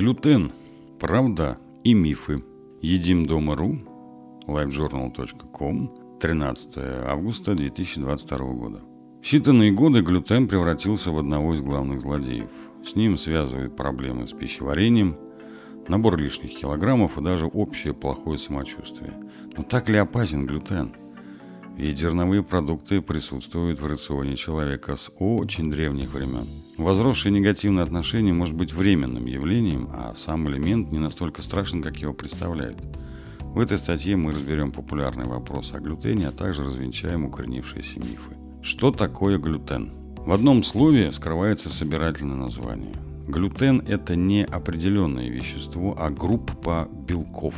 Глютен. Правда и мифы. Едим дома.ру, livejournal.com, 13 августа 2022 года. В считанные годы глютен превратился в одного из главных злодеев. С ним связывают проблемы с пищеварением, набор лишних килограммов и даже общее плохое самочувствие. Но так ли опасен глютен? Ведь зерновые продукты присутствуют в рационе человека с очень древних времен. Возросшее негативное отношение может быть временным явлением, а сам элемент не настолько страшен, как его представляют. В этой статье мы разберем популярный вопрос о глютене, а также развенчаем укоренившиеся мифы. Что такое глютен? В одном слове скрывается собирательное название. Глютен – это не определенное вещество, а группа белков.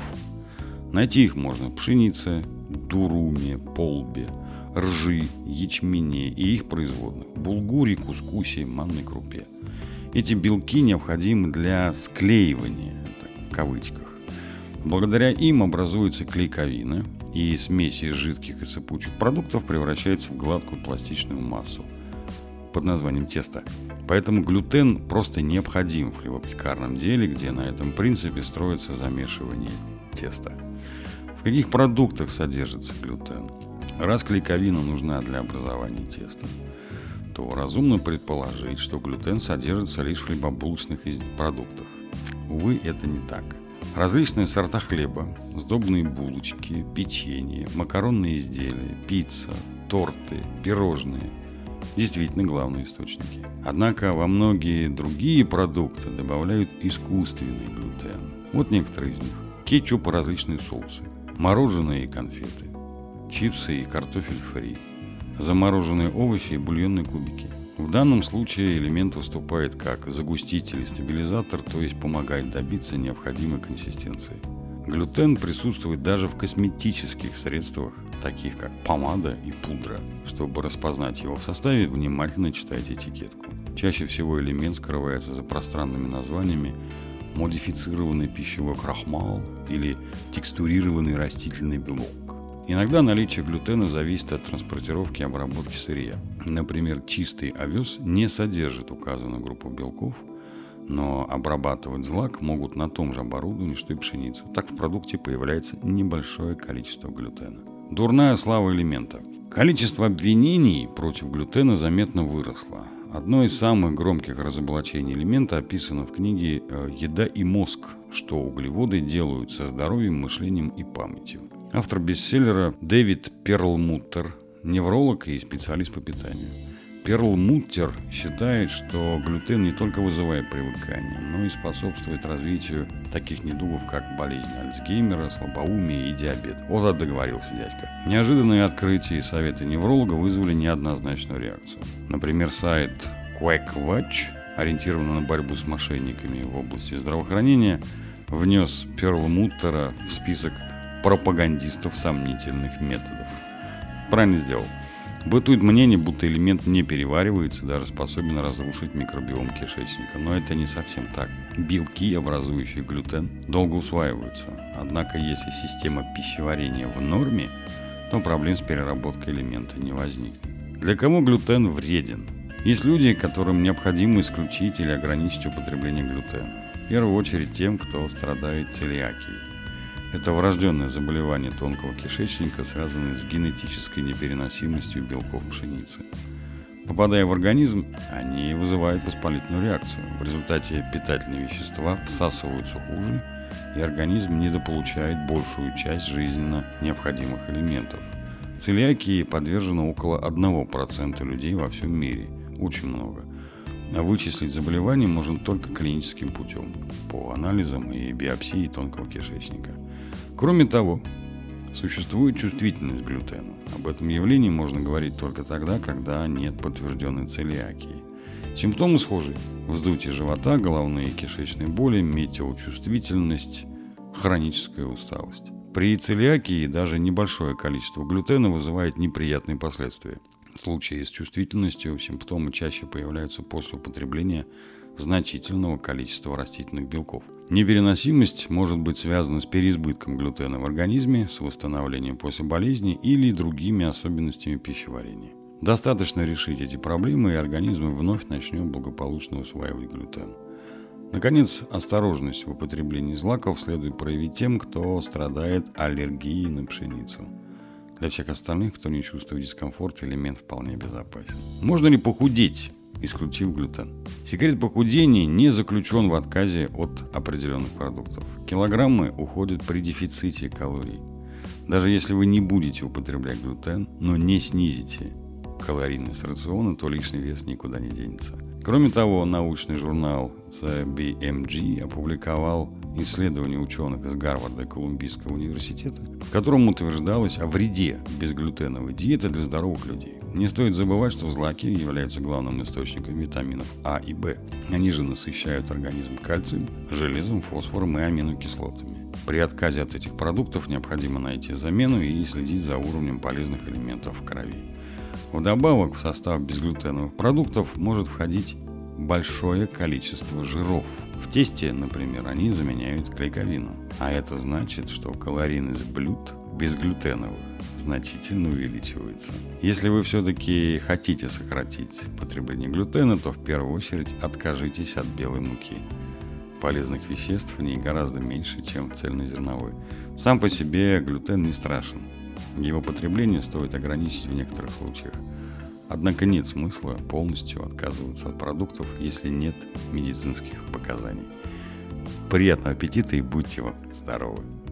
Найти их можно в пшенице, дуруме, полбе, ржи, ячмене и их производных – булгуре, кускусе, манной крупе. Эти белки необходимы для склеивания, так, в кавычках. Благодаря им образуется клейковина, и смесь из жидких и сыпучих продуктов превращается в гладкую пластичную массу под названием тесто. Поэтому глютен просто необходим в хлебопекарном деле, где на этом принципе строится замешивание теста. В каких продуктах содержится глютен? Раз клейковина нужна для образования теста, то разумно предположить, что глютен содержится лишь в хлебобулочных продуктах. Увы, это не так. Различные сорта хлеба, сдобные булочки, печенье, макаронные изделия, пицца, торты, пирожные – действительно главные источники. Однако во многие другие продукты добавляют искусственный глютен. Вот некоторые из них. Кетчуп и различные соусы, мороженое и конфеты, чипсы и картофель фри, замороженные овощи и бульонные кубики. В данном случае элемент выступает как загуститель и стабилизатор, то есть помогает добиться необходимой консистенции. Глютен присутствует даже в косметических средствах, таких как помада и пудра. Чтобы распознать его в составе, внимательно читайте этикетку. Чаще всего элемент скрывается за пространными названиями модифицированный пищевой крахмал или текстурированный растительный белок. Иногда наличие глютена зависит от транспортировки и обработки сырья. Например, чистый овес не содержит указанную группу белков, но обрабатывать злак могут на том же оборудовании, что и пшеницу. Так в продукте появляется небольшое количество глютена. Дурная слава элемента. Количество обвинений против глютена заметно выросло. Одно из самых громких разоблачений элемента описано в книге «Еда и мозг. Что углеводы делают со здоровьем, мышлением и памятью». Автор бестселлера Дэвид Перлмуттер, невролог и специалист по питанию. Перлмуттер считает, что глютен не только вызывает привыкание, но и способствует развитию таких недугов, как болезнь Альцгеймера, слабоумие и диабет. Вот договорился дядька. Неожиданные открытия и советы невролога вызвали неоднозначную реакцию. Например, сайт QuackWatch, ориентированный на борьбу с мошенниками в области здравоохранения, внес Перлмуттера в список пропагандистов сомнительных методов. Правильно сделал. Бытует мнение, будто элемент не переваривается и даже способен разрушить микробиом кишечника. Но это не совсем так. Белки, образующие глютен, долго усваиваются. Однако, если система пищеварения в норме, то проблем с переработкой элемента не возникнет. Для кого глютен вреден? Есть люди, которым необходимо исключить или ограничить употребление глютена. В первую очередь тем, кто страдает целиакией. Это врожденное заболевание тонкого кишечника, связанное с генетической непереносимостью белков пшеницы. Попадая в организм, они вызывают воспалительную реакцию. В результате питательные вещества всасываются хуже, и организм недополучает большую часть жизненно необходимых элементов. Целиакии подвержено около 1% людей во всем мире. Очень много. А вычислить заболевание можно только клиническим путем, по анализам и биопсии тонкого кишечника. Кроме того, существует чувствительность к глютену. Об этом явлении можно говорить только тогда, когда нет подтвержденной целиакии. Симптомы схожи: вздутие живота, головные и кишечные боли, метеочувствительность, хроническая усталость. При целиакии даже небольшое количество глютена вызывает неприятные последствия. В случае с чувствительностью симптомы чаще появляются после употребления значительного количества растительных белков. Непереносимость может быть связана с переизбытком глютена в организме, с восстановлением после болезни или другими особенностями пищеварения. Достаточно решить эти проблемы, и организм вновь начнет благополучно усваивать глютен. Наконец, осторожность в употреблении злаков следует проявить тем, кто страдает аллергией на пшеницу. Для всех остальных, кто не чувствует дискомфорта, элемент вполне безопасен. Можно ли похудеть, исключив глютен? Секрет похудения не заключен в отказе от определенных продуктов. Килограммы уходят при дефиците калорий. Даже если вы не будете употреблять глютен, но не снизите калорийность рациона, то лишний вес никуда не денется. Кроме того, научный журнал BMG опубликовал исследование ученых из Гарварда и Колумбийского университета, в котором утверждалось о вреде безглютеновой диеты для здоровых людей. Не стоит забывать, что злаки являются главным источником витаминов А и В. Они же насыщают организм кальцием, железом, фосфором и аминокислотами. При отказе от этих продуктов необходимо найти замену и следить за уровнем полезных элементов в крови. Вдобавок, в состав безглютеновых продуктов может входить большое количество жиров. В тесте, например, они заменяют клейковину. А это значит, что калорийность блюд безглютеновых значительно увеличивается. Если вы все-таки хотите сократить потребление глютена, то в первую очередь откажитесь от белой муки. Полезных веществ в ней гораздо меньше, чем в цельнозерновой. Сам по себе глютен не страшен. Его потребление стоит ограничить в некоторых случаях. Однако нет смысла полностью отказываться от продуктов, если нет медицинских показаний. Приятного аппетита и будьте здоровы!